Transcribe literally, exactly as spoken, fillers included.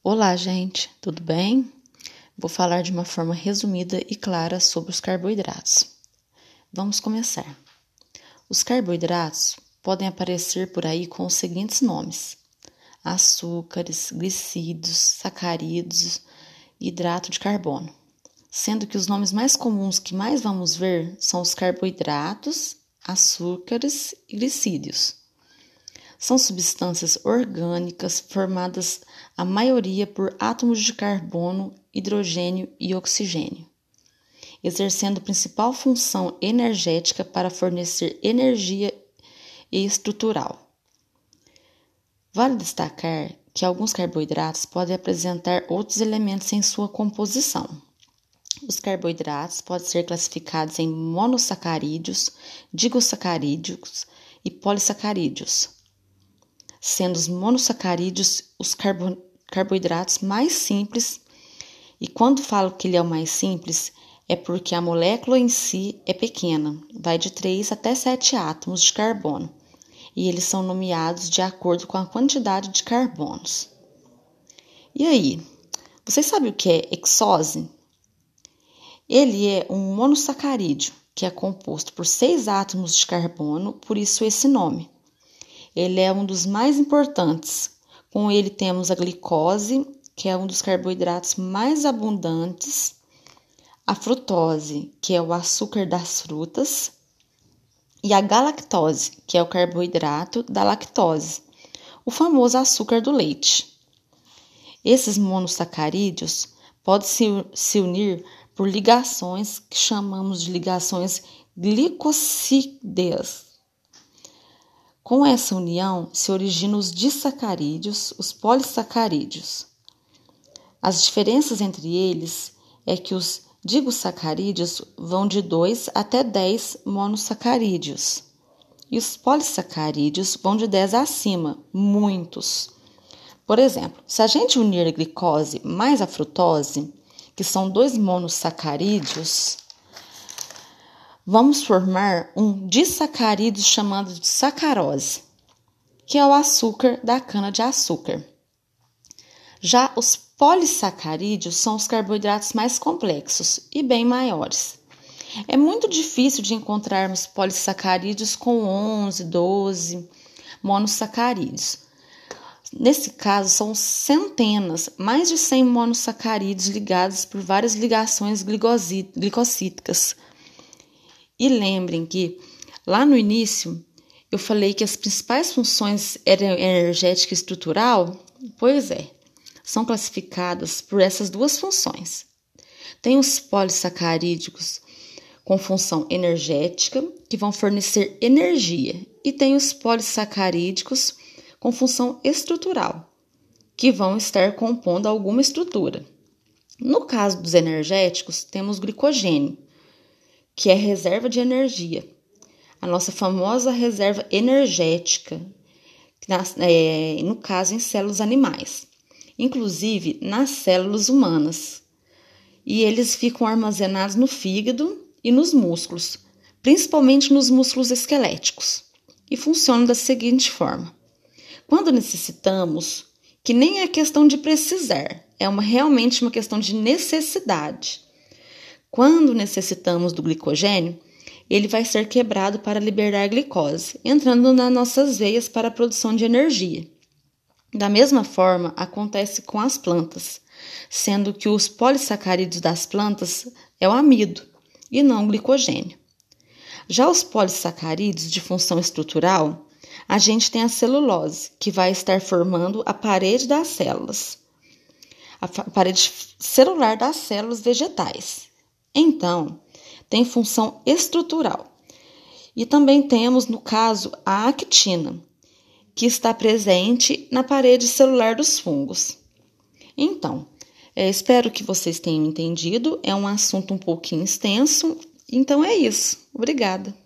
Olá, gente, tudo bem? Vou falar de uma forma resumida e clara sobre os carboidratos. Vamos começar. Os carboidratos podem aparecer por aí com os seguintes nomes: açúcares, glicídios, sacarídeos e hidrato de carbono, sendo que os nomes mais comuns que mais vamos ver são os carboidratos, açúcares e glicídios. São substâncias orgânicas formadas, a maioria, por átomos de carbono, hidrogênio e oxigênio, exercendo principal função energética para fornecer energia e estrutural. Vale destacar que alguns carboidratos podem apresentar outros elementos em sua composição. Os carboidratos podem ser classificados em monossacarídeos, digosacarídeos e polissacarídeos, sendo os monossacarídeos os carbo- carboidratos mais simples, e quando falo que ele é o mais simples, é porque a molécula em si é pequena, vai de três até sete átomos de carbono, e eles são nomeados de acordo com a quantidade de carbonos. E aí, vocês sabem o que é hexose? Ele é um monossacarídeo, que é composto por seis átomos de carbono, por isso esse nome. Ele é um dos mais importantes. Com ele temos a glicose, que é um dos carboidratos mais abundantes, a frutose, que é o açúcar das frutas, e a galactose, que é o carboidrato da lactose, o famoso açúcar do leite. Esses monossacarídeos podem se, se unir por ligações que chamamos de ligações glicosídeas. Com essa união se originam os disacarídeos, os polissacarídeos. As diferenças entre eles é que os digosacarídeos vão de dois até dez monossacarídeos e os polissacarídeos vão de dez acima, muitos. Por exemplo, se a gente unir a glicose mais a frutose, que são dois monossacarídeos, vamos formar um disacarídeo chamado de sacarose, que é o açúcar da cana-de-açúcar. Já os polissacarídeos são os carboidratos mais complexos e bem maiores. É muito difícil de encontrarmos polissacarídeos com onze, doze monossacarídeos. Nesse caso, são centenas, mais de cem monossacarídeos ligados por várias ligações glicosídicas. E lembrem que, lá no início, eu falei que as principais funções eram energética e estrutural. Pois é, são classificadas por essas duas funções. Tem os polissacarídicos com função energética, que vão fornecer energia, e tem os polissacarídicos com função estrutural, que vão estar compondo alguma estrutura. No caso dos energéticos, temos glicogênio, que é reserva de energia, a nossa famosa reserva energética, é, no caso em células animais, inclusive nas células humanas. E eles ficam armazenados no fígado e nos músculos, principalmente nos músculos esqueléticos, e funcionam da seguinte forma: quando necessitamos, que nem é questão de precisar, é uma, realmente uma questão de necessidade. Quando necessitamos do glicogênio, ele vai ser quebrado para liberar a glicose, entrando nas nossas veias para a produção de energia. Da mesma forma, acontece com as plantas, sendo que os polissacarídeos das plantas é o amido e não o glicogênio. Já os polissacarídeos de função estrutural, a gente tem a celulose, que vai estar formando a parede das células, a parede celular das células vegetais. Então, tem função estrutural. E também temos, no caso, a actina, que está presente na parede celular dos fungos. Então, é, espero que vocês tenham entendido. É um assunto um pouquinho extenso. Então, é isso. Obrigada.